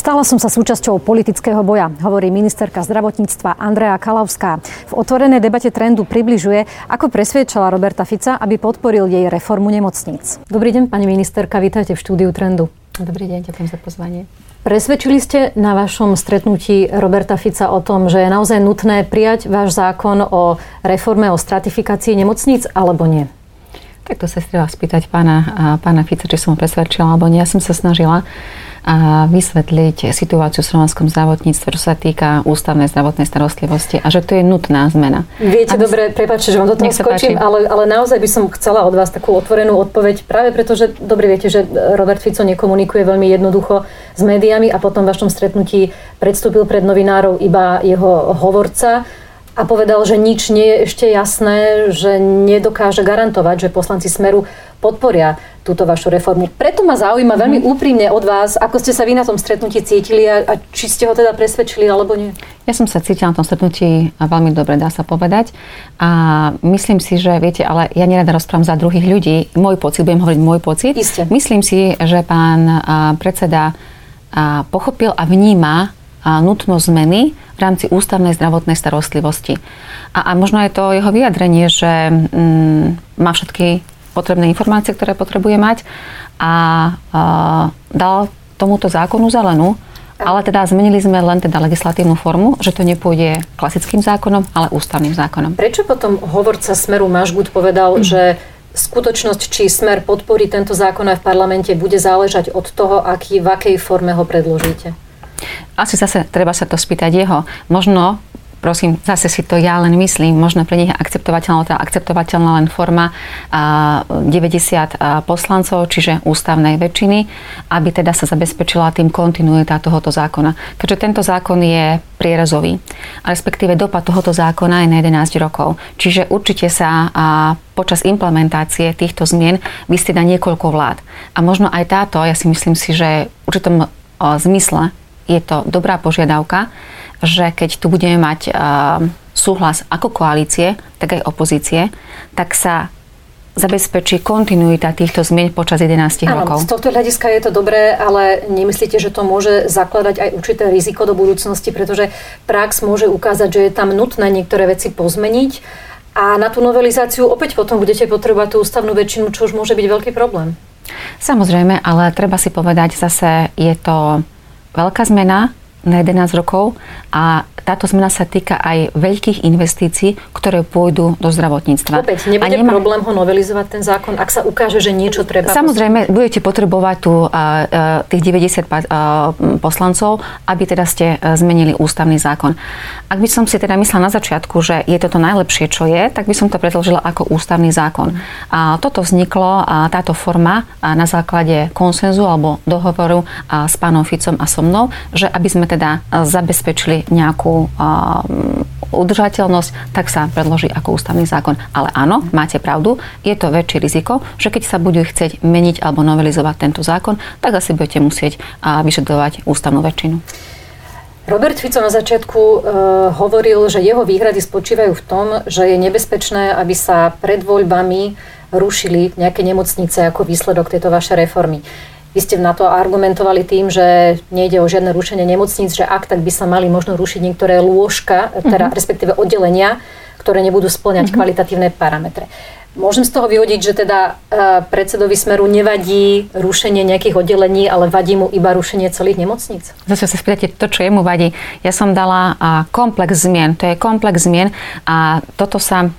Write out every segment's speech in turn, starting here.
Stala som sa súčasťou politického boja, hovorí ministerka zdravotníctva Andrea Kalavská. V otvorenej debate Trendu približuje, ako presviedčala Roberta Fica, aby podporil jej reformu nemocníc. Dobrý deň, pani ministerka, vítajte v štúdiu Trendu. Dobrý deň, ďakujem za pozvanie. Presvedčili ste na vašom stretnutí Roberta Fica o tom, že je naozaj nutné prijať váš zákon o reforme o stratifikácii nemocníc, alebo nie? Tak to sa treba spýtať pána Fica, či som ho presvedčila, alebo nie. Ja som sa snažila vysvetliť situáciu v slovenskom zdravotníctve, čo sa týka ústavnej zdravotnej starostlivosti a že to je nutná zmena. Viete, dobre, prepáčte, že vám do toho skočím, ale naozaj by som chcela od vás takú otvorenú odpoveď, práve preto, že dobre viete, že Robert Fico nekomunikuje veľmi jednoducho s médiami a potom v vašom stretnutí predstúpil pred novinárov iba jeho hovorca a povedal, že nič nie je ešte jasné, že nedokáže garantovať, že poslanci Smeru podporia túto vašu reformu. Preto ma zaujíma veľmi úprimne od vás, ako ste sa vy na tom stretnutí cítili a či ste ho teda presvedčili, alebo nie? Ja som sa cítila na tom stretnutí veľmi dobre, dá sa povedať. A myslím si, že viete, ale ja nerada rozprávam za druhých ľudí. Môj pocit, budem hovoriť môj pocit. Isté. Myslím si, že pán predseda pochopil a vníma nutnosť zmeny v rámci ústavnej zdravotnej starostlivosti. A možno je to jeho vyjadrenie, že má všetky potrebné informácie, ktoré potrebuje mať a dal tomuto zákonu zelenú, ale teda zmenili sme len teda legislatívnu formu, že to nepôjde klasickým zákonom, ale ústavným zákonom. Prečo potom hovorca Smeru Mažgut povedal, že skutočnosť, či Smer podporí tento zákon aj v parlamente, bude záležať od toho, v akej forme ho predložíte? Asi zase treba sa to spýtať jeho. Možno, prosím, zase si to ja len myslím, možno pre nich je akceptovateľná len forma 90 poslancov, čiže ústavnej väčšiny, aby teda sa zabezpečila tým kontinuita tohoto zákona. Keďže tento zákon je prierezový, respektíve dopad tohoto zákona je na 11 rokov. Čiže určite sa počas implementácie týchto zmien vystrieda niekoľko vlád. A možno aj táto, ja si myslím si, že v určitom zmysle je to dobrá požiadavka, že keď tu budeme mať súhlas ako koalície, tak aj opozície, tak sa zabezpečí kontinuita týchto zmien počas 11 rokov. Z tohto hľadiska je to dobré, ale nemyslíte, že to môže zakladať aj určité riziko do budúcnosti, pretože prax môže ukázať, že je tam nutné niektoré veci pozmeniť a na tú novelizáciu opäť potom budete potrebovať tú ústavnú väčšinu, čo už môže byť veľký problém. Samozrejme, ale treba si povedať, zase je to veľká zmena na 11 rokov a táto zmena sa týka aj veľkých investícií, ktoré pôjdu do zdravotníctva. Opäť, nebude problém ho novelizovať ten zákon, ak sa ukáže, že niečo treba... Samozrejme, budete potrebovať tu tých 90 poslancov, aby teda ste zmenili ústavný zákon. Ak by som si teda myslela na začiatku, že je toto najlepšie, čo je, tak by som to predložila ako ústavný zákon. A toto vzniklo, táto forma na základe konsenzu alebo dohovoru s pánom Ficom a so mnou, že aby sme teda zabezpečili nejakú udržateľnosť, tak sa predloží ako ústavný zákon. Ale áno, máte pravdu, je to väčšie riziko, že keď sa budú chcieť meniť alebo novelizovať tento zákon, tak asi budete musieť vyžadovať ústavnú väčšinu. Robert Fico na začiatku hovoril, že jeho výhrady spočívajú v tom, že je nebezpečné, aby sa pred voľbami rušili nejaké nemocnice ako výsledok tejto vašej reformy. Vy ste na to argumentovali tým, že nejde o žiadne rušenie nemocníc, že ak, tak by sa mali možno rušiť niektoré lôžka, teda respektíve oddelenia, ktoré nebudú spĺňať kvalitatívne parametre. Môžem z toho vyhodiť, že teda predsedovi Smeru nevadí rušenie nejakých oddelení, ale vadí mu iba rušenie celých nemocníc? Zase sa spýtate to, čo jemu vadí. Ja som dala komplex zmien. To je komplex zmien a toto sa...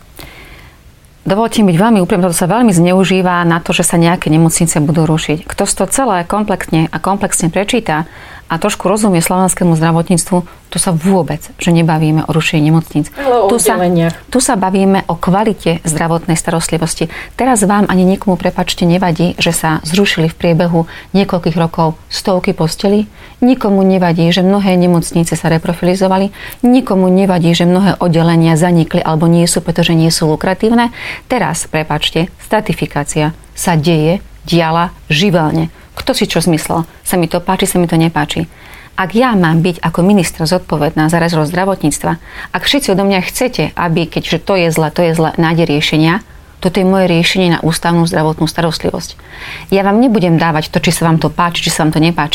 Dovolte mi byť veľmi úprimný, toto sa veľmi zneužíva na to, že sa nejaké nemocnice budú rušiť. Kto to celé komplexne prečíta a trošku rozumie slovenskému zdravotníctvu, tu sa vôbec, že nebavíme o rušení nemocníc. Tu sa bavíme o kvalite zdravotnej starostlivosti. Teraz vám ani nikomu, prepáčte, nevadí, že sa zrušili v priebehu niekoľkých rokov stovky postelí. Nikomu nevadí, že mnohé nemocnice sa reprofilizovali. Nikomu nevadí, že mnohé oddelenia zanikli alebo nie sú, pretože nie sú lukratívne. Teraz, prepáčte, stratifikácia sa diala živelne. Kto si čo zmyslel? Sa mi to páči, sa mi to nepáči. Ak ja mám byť ako ministra zodpovedná za rezort zdravotníctva, ak všetci odo mňa chcete, aby keďže to je zle, nájde riešenia, toto je moje riešenie na ústavnú zdravotnú starostlivosť. Ja vám nebudem dávať to, či sa vám to páči, či sa vám to nepáči.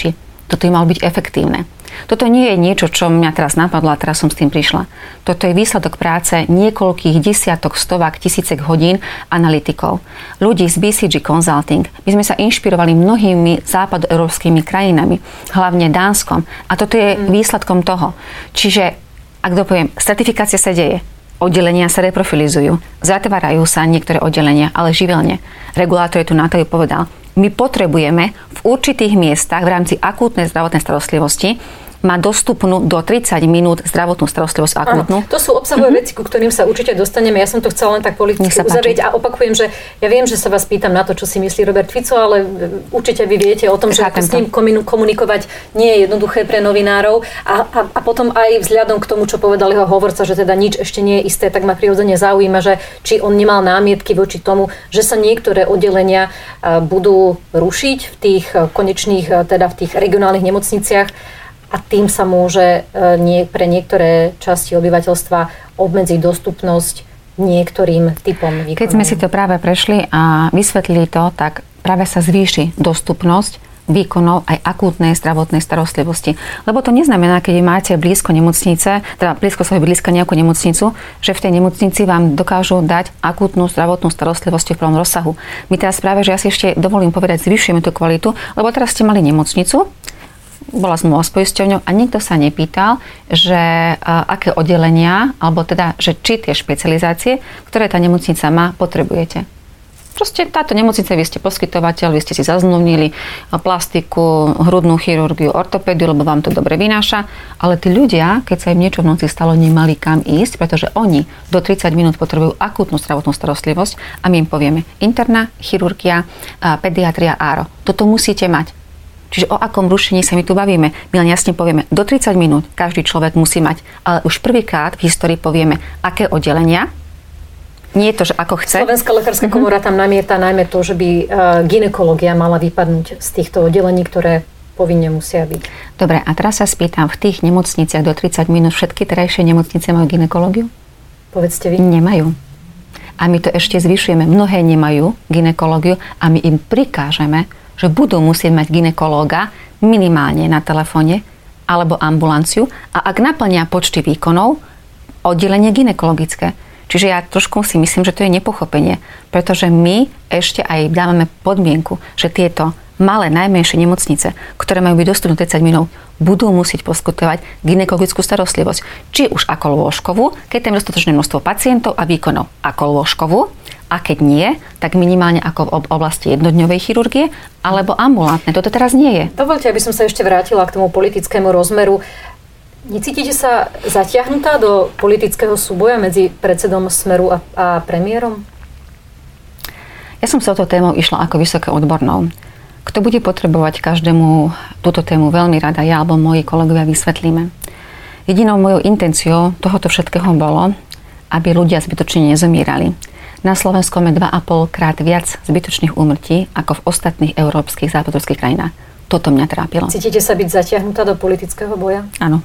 Toto by malo byť efektívne. Toto nie je niečo, čo mňa teraz napadlo a teraz som s tým prišla. Toto je výsledok práce niekoľkých desiatok, stovák, tisícek hodín analytikov. Ľudí z BCG Consulting. My sme sa inšpirovali mnohými západoeurópskymi krajinami, hlavne Dánskom. A toto je výsledkom toho. Čiže, ak dopoviem, stratifikácia sa deje. Oddelenia sa reprofilizujú. Zatvárajú sa niektoré oddelenia, ale živelne. Regulátor je tu Natáliu povedal. My potrebujeme v určitých miestach v rámci akútnej zdravotnej starostlivosti má dostupnú do 30 minút zdravotnú starostlivosť akútnu. To sú obsahové veci, ku ktorým sa určite dostaneme. Ja som to chcela len tak politicky uzavrieť a opakujem, že ja viem, že sa vás pýtam na to, čo si myslí Robert Fico, ale určite vy viete o tom, že s ním komunikovať nie je jednoduché pre novinárov a potom aj vzhľadom k tomu, čo povedal jeho hovorca, že teda nič ešte nie je isté, tak ma prirodzene zaujíma, že či on nemal námietky voči tomu, že sa niektoré oddelenia budú rušiť v tých konečných, teda v tých regionálnych nemocniciach. A tým sa môže pre niektoré časti obyvateľstva obmedziť dostupnosť niektorým typom výkonov. Keď sme si to práve prešli a vysvetlili to, tak práve sa zvýši dostupnosť výkonov aj akútnej zdravotnej starostlivosti. Lebo to neznamená, keď máte blízko nemocnice, teda blízko svojho blízka nejakú nemocnicu, že v tej nemocnici vám dokážu dať akútnu zdravotnú starostlivosť v plnom rozsahu. My teraz práve, že ja si ešte dovolím povedať, zvyšujeme tú kvalitu, lebo teraz ste mali nemocnicu, bola zmluva s poisťovňou a nikto sa nepýtal, že aké oddelenia, alebo teda, že či tie špecializácie, ktoré tá nemocnica má, potrebujete. Proste táto nemocnica, vy ste poskytovateľ, vy ste si zazmluvnili plastiku, hrudnú chirurgiu, ortopédiu, lebo vám to dobre vynáša, ale tí ľudia, keď sa im niečo v noci stalo, nemali kam ísť, pretože oni do 30 minút potrebujú akútnu zdravotnú starostlivosť a my im povieme interná, chirurgia, pediatria, áro. Toto musíte mať. Čiže o akom rušení sa my tu bavíme? My len jasne povieme, do 30 minút každý človek musí mať, ale už prvýkrát v histórii povieme, aké oddelenia. Nie je to, že ako chce. Slovenská lekárska komora tam namieta najmä to, že by gynekológia mala vypadnúť z týchto oddelení, ktoré povinne musia byť. Dobre, a teraz sa spýtam, v tých nemocniciach do 30 minút všetky terajšie nemocnice majú gynekológiu? Povedzte vy. Nemajú. A my to ešte zvyšujeme. Mnohé nemajú gynekológiu a my im prikážeme, že budú musieť mať gynekológa minimálne na telefóne alebo ambulanciu a ak naplnia počty výkonov, oddelenie gynekologické. Čiže ja trošku si myslím, že to je nepochopenie, pretože my ešte aj dávame podmienku, že tieto malé, najmenšie nemocnice, ktoré majú byť dostupné 30 minút, budú musieť poskytovať gynekologickú starostlivosť. Či už ako lôžkovú, keď tam je dostatočné množstvo pacientov a výkonov ako lôžkovú, a keď nie, tak minimálne ako v oblasti jednodňovej chirurgie alebo ambulantné. Toto teraz nie je. Dovoľte, aby som sa ešte vrátila k tomu politickému rozmeru. Necítite sa zatiahnutá do politického súboja medzi predsedom Smeru a premiérom? Ja som s touto témou išla ako vysoké odbornou. Kto bude potrebovať každému túto tému veľmi rada, ja alebo moji kolegovia vysvetlíme. Jedinou mojou intenciou tohoto všetkého bolo, aby ľudia zbytočne nezomierali. Na Slovensku máme 2,5 krát viac zbytočných úmrtí ako v ostatných európskych západoeurópskych krajinách. Toto mňa trápilo. Cítite sa byť zatiahnutá do politického boja? Áno.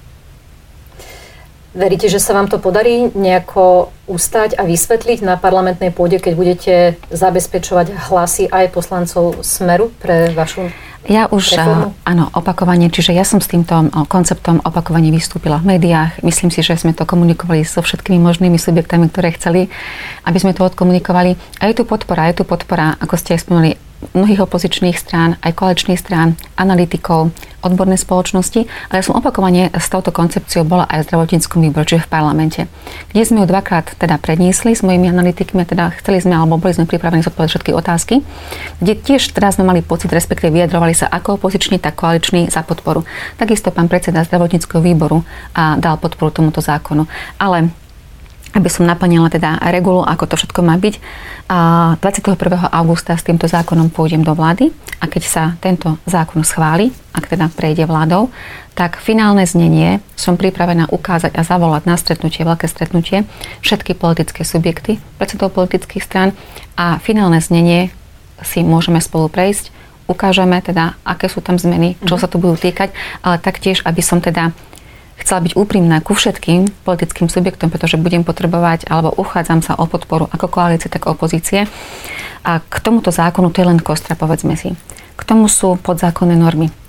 Veríte, že sa vám to podarí nejako ustať a vysvetliť na parlamentnej pôde, keď budete zabezpečovať hlasy aj poslancov Smeru pre vašu Ja už, áno, opakovane, čiže ja som s týmto konceptom opakovane vystúpila v médiách. Myslím si, že sme to komunikovali so všetkými možnými subjektami, ktoré chceli, aby sme to odkomunikovali. A je tu podpora, ako ste aj spomínali, mnohých opozičných strán, aj koaličných strán, analytikov, odbornej spoločnosti, ale ja som opakovane s touto koncepciou bola aj v zdravotníckom výbore, čiže v parlamente, kde sme ju dvakrát teda predniesli s mojimi analytikmi, teda chceli sme, alebo boli sme pripravení zodpovedať všetky otázky, kde tiež teraz sme mali pocit, respektíve vyjadrovali sa ako opoziční, tak koaliční za podporu. Takisto pán predseda zdravotníckeho výboru dal podporu tomuto zákonu. Ale aby som naplnila teda regulu, ako to všetko má byť. 21. augusta s týmto zákonom pôjdem do vlády a keď sa tento zákon schváli, ak teda prejde vládou, tak finálne znenie som pripravená ukázať a zavolať na stretnutie, veľké stretnutie, všetky politické subjekty, predsedov politických strán a finálne znenie si môžeme spolu prejsť. Ukážeme teda, aké sú tam zmeny, čo sa to budú týkať, ale taktiež, aby som teda chcela byť úprimná ku všetkým politickým subjektom, pretože budem potrebovať, alebo uchádzam sa o podporu ako koalície, tak opozície. A k tomuto zákonu to je len kostra, povedzme si. K tomu sú podzákonné normy.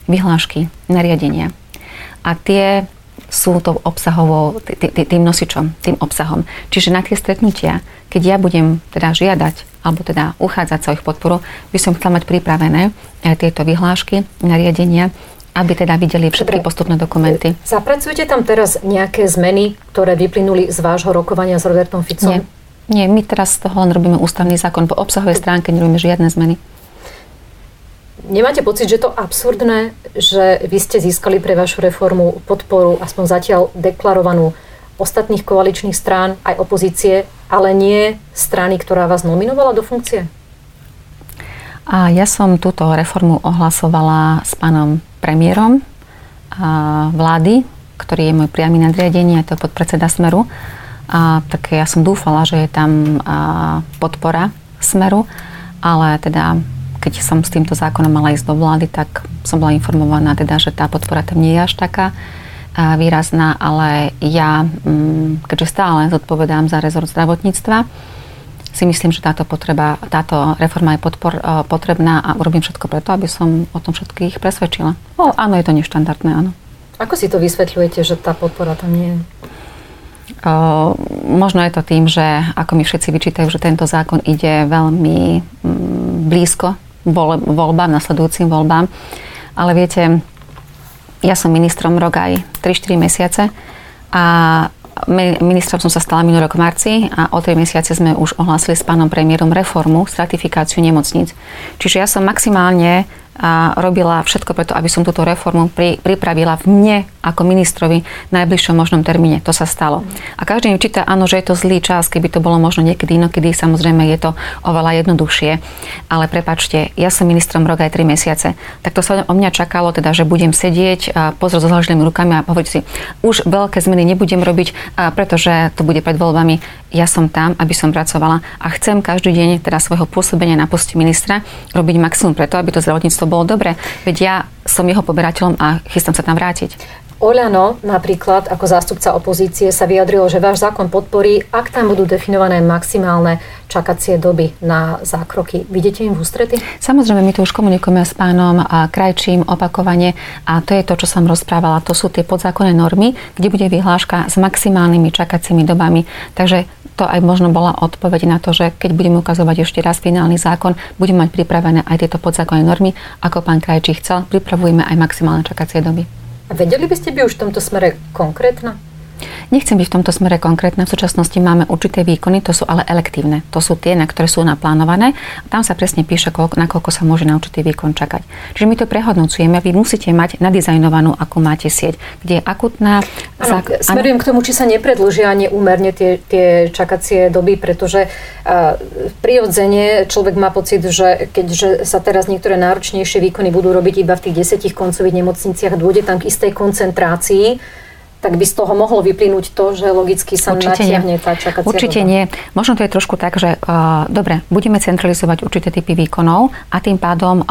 vyhlášky, nariadenia. A tie sú to obsahovo tým nosičom, tým obsahom. Čiže na tie stretnutia, keď ja budem teda žiadať alebo teda uchádzať sa o ich podporu, by som chcela mať pripravené tieto vyhlášky, nariadenia, aby teda videli všetky postupné dokumenty. Zapracujete tam teraz nejaké zmeny, ktoré vyplynuli z vášho rokovania s Robertom Ficom? Nie, my teraz z toho len robíme ústavný zákon. Po obsahovej stránke nerobíme žiadne zmeny. Nemáte pocit, že je to absurdné, že vy ste získali pre vašu reformu podporu, aspoň zatiaľ deklarovanú, ostatných koaličných strán, aj opozície, ale nie strany, ktorá vás nominovala do funkcie? A ja som túto reformu ohlasovala s pánom premiérom vlády, ktorý je môj priamy nadriadenie, to je podpredseda Smeru. Tak ja som dúfala, že je tam podpora Smeru, ale teda keď som s týmto zákonom mala ísť do vlády, tak som bola informovaná teda, že tá podpora tam nie je až taká výrazná, ale ja, keďže stále zodpovedám za rezort zdravotníctva, si myslím, že táto reforma je potrebná a urobím všetko preto, aby som o tom všetkých presvedčila. Áno, je to neštandardné, áno. Ako si to vysvetľujete, že tá podpora tam nie je? Možno je to tým, že ako mi všetci vyčítajú, že tento zákon ide veľmi blízko voľbám, nasledujúcim voľbám. Ale viete, ja som ministrom rok aj 3-4 mesiace a ministrom som sa stala minulý rok v marci a o 3 mesiace sme už ohlásili s pánom premiérom reformu, stratifikáciu nemocníc. Čiže ja som maximálne robila všetko preto, aby som túto reformu pripravila v mne ako ministrovi v najbližšom možnom termíne. To sa stalo. A každý mi číta, áno, že je to zlý čas, keby to bolo možno niekedy inokedy, samozrejme je to oveľa jednoduchšie. Ale prepáčte, ja som ministrom rok aj 3 mesiace. Tak to sa o mňa čakalo, teda, že budem sedieť a pozrieť so založenými rukami a povedať si, už veľké zmeny nebudem robiť, pretože to bude pred voľbami. Ja som tam, aby som pracovala a chcem každý deň teda svojho pôsobenia na poste ministra robiť maximum preto, aby to zdravotníctvo bolo dobre. Veď ja som jeho poberateľom a chystám sa tam vrátiť. Oľano napríklad ako zástupca opozície sa vyjadrilo, že váš zákon podporí, ak tam budú definované maximálne čakacie doby na zákroky. Vidíte im v ústrety? Samozrejme, my tu už komunikujeme s pánom Krajčím opakovane a to je to, čo som rozprávala. To sú tie podzákonné normy, kde bude vyhláška s maximálnymi čakacími dobami. Takže to aj možno bola odpoveď na to, že keď budeme ukazovať ešte raz finálny zákon, budeme mať pripravené aj tieto podzákonné normy, ako pán Krajčí chcel, pripravujeme aj maximálne čakacie doby. A vedeli by ste byť už v tomto smere konkrétna? Nechcem byť v tomto smere konkrétna. V súčasnosti máme určité výkony, to sú ale elektívne. To sú tie, na ktoré sú naplánované. Tam sa presne píše, nakoľko sa môže na určitý výkon čakať. Čiže my to prehodnocujeme. Vy musíte mať nadizajnovanú, akú máte sieť, kde je akutná... Smerujem k tomu, či sa nepredĺžia neúmerne tie čakacie doby, pretože prirodzene človek má pocit, že keďže sa teraz niektoré náročnejšie výkony budú robiť iba v tých 10 koncových nemocniciach, dôjde tam k istej koncentrácii, tak by z toho mohlo vyplynúť to, že logicky sa natiahne tá čakacia Určite doba. Nie. Možno to je trošku tak, že dobre, budeme centralizovať určité typy výkonov a tým pádom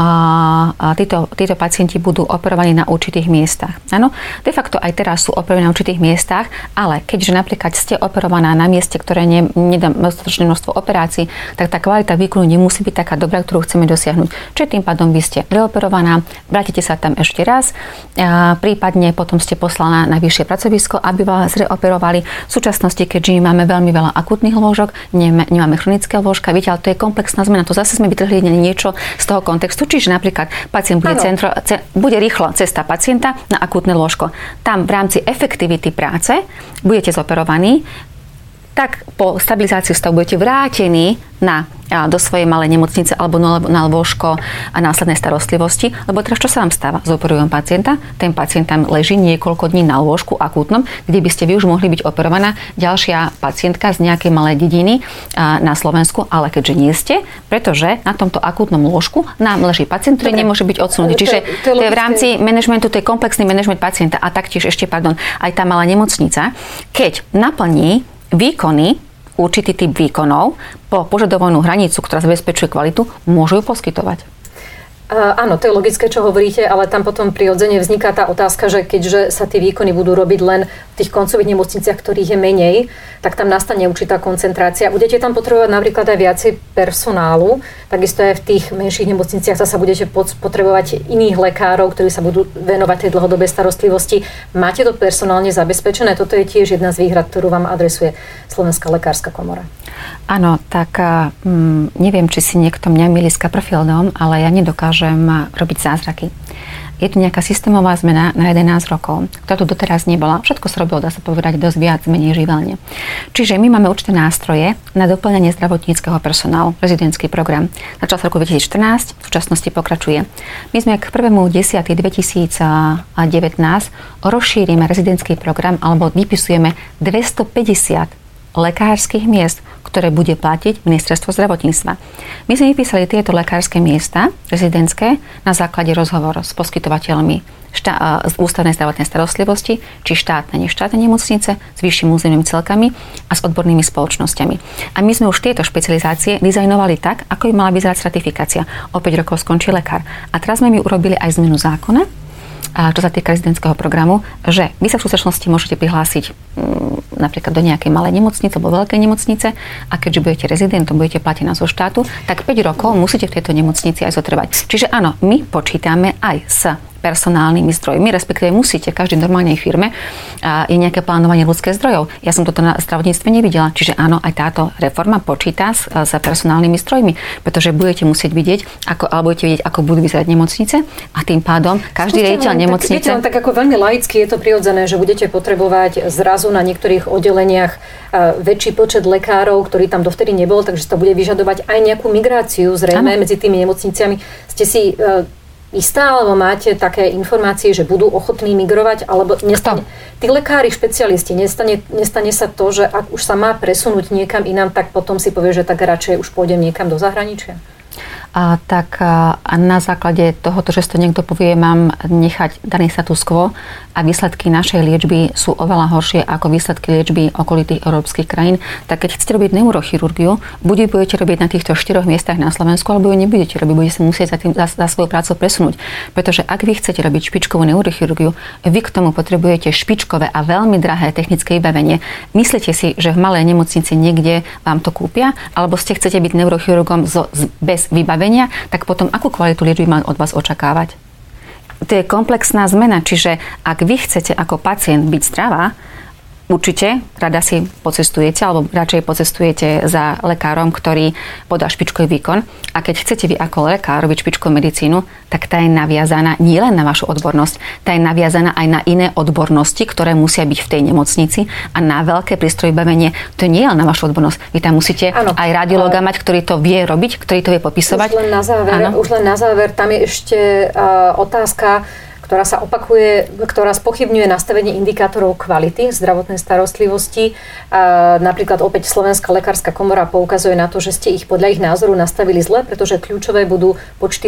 títo pacienti budú operovaní na určitých miestach. Áno, de facto aj teraz sú operovaní na určitých miestach, ale keďže napríklad ste operovaná na mieste, ktoré nedá dostatočné množstvo operácií, tak tá kvalita výkonu nemusí byť taká dobrá, ktorú chceme dosiahnuť. Čiže tým pádom vy ste reoperovaná, vrátite sa tam ešte raz, prípadne potom ste poslaná na vyššie pracovisko, aby vás reoperovali. V súčasnosti, keďže máme veľmi veľa akútnych lôžok, nemáme chronické lôžka, viete, ale to je komplexná zmena. To zase sme vytrhli niečo z toho kontextu, čiže napríklad pacient bude rýchlo cesta pacienta na akútne lôžko. Tam v rámci efektivity práce budete zoperovaní, tak po stabilizácii stavu budete vrátení do svojej malej nemocnice alebo na lôžko a následnej starostlivosti. Lebo teraz čo sa vám stáva? Zoperujem pacienta, ten pacient tam leží niekoľko dní na lôžku akútnom, kde by ste vy už mohli byť operovaná ďalšia pacientka z nejakej malej dediny na Slovensku, ale keďže nie ste, pretože na tomto akútnom lôžku nám leží pacient, ktorý nemôže byť odsunutý. Čiže to je v rámci manažmentu, to je komplexný manažment pacienta a taktiež ešte, aj tá malá nemocnica, keď naplní výkony, určitý typ výkonov po požadovanú hranicu, ktorá zabezpečuje kvalitu, môžu ju poskytovať. Áno, to je logické, čo hovoríte, ale tam potom prirodzene vzniká tá otázka, že keďže sa tie výkony budú robiť len v tých koncových nemocniciach, ktorých je menej, tak tam nastane určitá koncentrácia. Budete tam potrebovať napríklad aj viacej personálu, takisto aj v tých menších nemocniciach sa budete potrebovať iných lekárov, ktorí sa budú venovať tej dlhodobej starostlivosti. Máte to personálne zabezpečené? Toto je tiež jedna z výhrad, ktorú vám adresuje Slovenská lekárska komora. Áno, tak neviem, či si niekto mňa milí s Copperfieldom, ale ja nedokážem robiť zázraky. Je tu nejaká systémová zmena na 11 rokov, ktorá tu doteraz nebola. Všetko sa robilo, dá sa povedať, dosť viac, menej živelne. Čiže my máme určité nástroje na doplňanie zdravotníckeho personálu, rezidentský program. Začal sa v roku 2014, v súčasnosti pokračuje. My sme k 1.10.2019 rozšírime rezidentský program alebo vypisujeme 250 lekárskych miest, ktoré bude platiť Ministerstvo zdravotníctva. My sme vypísali tieto lekárske miesta, rezidentské, na základe rozhovoru s poskytovateľmi z ústavnej zdravotnej starostlivosti, či štátne, neštátne nemocnice, s vyššími územnými celkami a s odbornými spoločnosťami. A my sme už tieto špecializácie dizajnovali tak, ako by mala vyzerať stratifikácia. O 5 rokov skončí lekár. A teraz sme mi urobili aj zmenu zákona, čo sa týka rezidentského programu, že vy sa v súčasnosti môžete prihlásiť napríklad do nejakej malej nemocnice alebo veľkej nemocnice a keďže budete rezidentom, budete platená zo štátu, tak 5 rokov musíte v tejto nemocnici aj zotrvať. Čiže áno, my počítame aj s personálnymi zdrojmi, respektíve musíte v každej normálnej firme je nejaké plánovanie ľudských zdrojov. Ja som toto na zdravotníctve nevidela. Čiže áno, aj táto reforma počíta s personálnymi zdrojmi, pretože budete musieť vidieť, ako budú vyzerať nemocnice a tým pádom každý riaditeľ nemocnice... Tak ako veľmi laicky je to prirodzené, že budete potrebovať zrazu na niektorých oddeleniach väčší počet lekárov, ktorý tam dovtedy nebol, takže to bude vyžadovať aj nejakú migráciu zrejme medzi tými nemocniciami. Ste si istá, alebo máte také informácie, že budú ochotní migrovať, alebo tí lekári, špecialisti, nestane sa to, že ak už sa má presunúť niekam inám, tak potom si povie, že tak radšej už pôjdem niekam do zahraničia? A na základe tohoto, že to niekto povie, mám nechať daný status quo a výsledky našej liečby sú oveľa horšie ako výsledky liečby okolitých európskych krajín, tak keď chcete robiť neurochirurgiu, buď budete robiť na týchto 4 miestach na Slovensku, alebo ju nebudete robiť, budete sa musieť za svoju prácu presunúť. Pretože ak vy chcete robiť špičkovú neurochirurgiu, vy k tomu potrebujete špičkové a veľmi drahé technické vybavenie. Myslíte si, že v malej nemocnici niekde vám to kúpia, alebo chcete byť neurochirurgom bez vybavenia, tak potom akú kvalitu liečby mal od vás očakávať? To je komplexná zmena, čiže ak vy chcete ako pacient byť zdravá, určite rada si pocestujete, alebo radšej pocestujete za lekárom, ktorý podá špičkový výkon. A keď chcete vy ako lekár robiť špičkovú medicínu, tak tá je naviazaná nielen na vašu odbornosť, tá je naviazaná aj na iné odbornosti, ktoré musia byť v tej nemocnici a na veľké prístrojové vybavenie. To nie je len na vašu odbornosť. Vy tam musíte aj radiológa mať, ktorý to vie robiť, ktorý to vie popisovať. Už len na záver, tam je ešte otázka, ktorá sa opakuje, ktorá spochybňuje nastavenie indikátorov kvality zdravotnej starostlivosti. Napríklad opäť Slovenská lekárska komora poukazuje na to, že ste ich podľa ich názoru nastavili zle, pretože kľúčové budú počty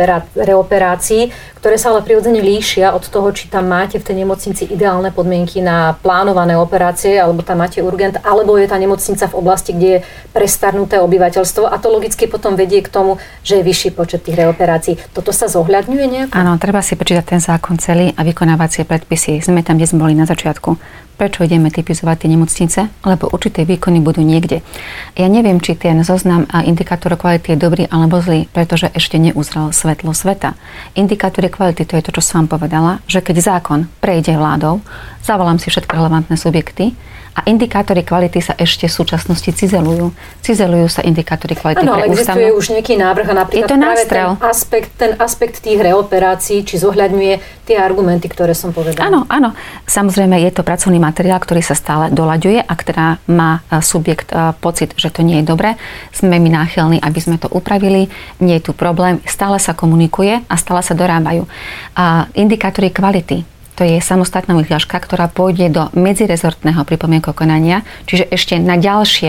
reoperácií, ktoré sa ale prirodzene líšia od toho, či tam máte v tej nemocnici ideálne podmienky na plánované operácie, alebo tam máte urgent, alebo je tá nemocnica v oblasti, kde je prestarnuté obyvateľstvo a to logicky potom vedie k tomu, že je vyšší počet tých reoperácií. Toto sa zohľadňuje nejako? Áno, treba si prečítať ten zákon celý a vykonávacie predpisy. Sme tam, kde sme boli na začiatku. Prečo ideme typizovať tie nemocnice? Lebo určité výkony budú niekde. Ja neviem, či ten zoznam indikátorov kvality je dobrý alebo zlý, pretože ešte neuzrel svetlo sveta. Indikátory kvality, to je to, čo som povedala, že keď zákon prejde vládou, zavolám si všetky relevantné subjekty a indikátory kvality sa ešte v súčasnosti cizelujú. Cizelujú sa indikátory kvality pre ústavu. Áno, ale existuje už nejaký návrh a napríklad práve ten aspekt tých reoperácií, či zohľadňuje tie argumenty, ktoré som povedala. Áno. Samozrejme, je to pracovný materiál, ktorý sa stále doľaďuje a ktorá má subjekt pocit, že to nie je dobré. Sme my náchylní, aby sme to upravili. Nie je tu problém. Stále sa komunikuje a stále sa dorábajú. Indikátory kvality. To je samostatná vyhláška, ktorá pôjde do medzirezortného pripomienkového konania, čiže ešte na ďalšie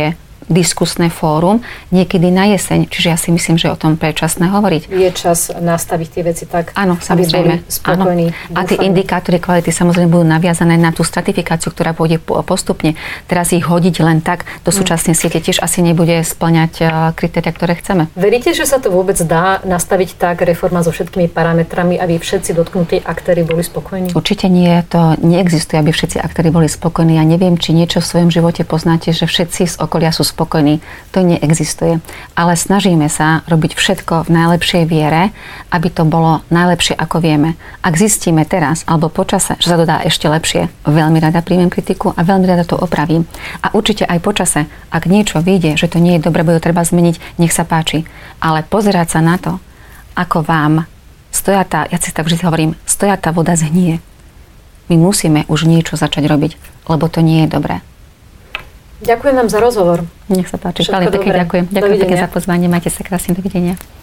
diskusné fórum niekedy na jeseň. Čiže ja si myslím, že o tom predčasné hovoriť. Je čas nastaviť tie veci tak, áno, samozrejme. aby boli spokojní. A tie indikátory kvality samozrejme budú naviazané na tú stratifikáciu, ktorá pôjde postupne. Teraz ich hodiť len tak do súčasnej siete tiež asi nebude spĺňať kritéria, ktoré chceme. Veríte, že sa to vôbec dá nastaviť tak, reforma so všetkými parametrami, aby všetci dotknutí aktéri boli spokojní? Určite nie, to neexistuje, aby všetci aktéri boli spokojní. Ja neviem, či niečo v svojom živote poznáte, že všetci z okolia sú spokojní. To neexistuje. Ale snažíme sa robiť všetko v najlepšej viere, aby to bolo najlepšie, ako vieme. Ak zistíme teraz alebo počase, že sa to dá ešte lepšie, veľmi rada príjmem kritiku a veľmi rada to opravím. A určite aj počase, ak niečo vyjde, že to nie je dobre, bude treba zmeniť, nech sa páči. Ale pozerať sa na to, ako vám stojatá, ja si tak vždy hovorím, stojatá voda zhnie. My musíme už niečo začať robiť, lebo to nie je dobré. Ďakujem vám za rozhovor. Nech sa páči. Všetko Veľmi pekne dobré. ďakujem. Ďakujem pekne za pozvanie. Majte sa krásne. Dovidenia.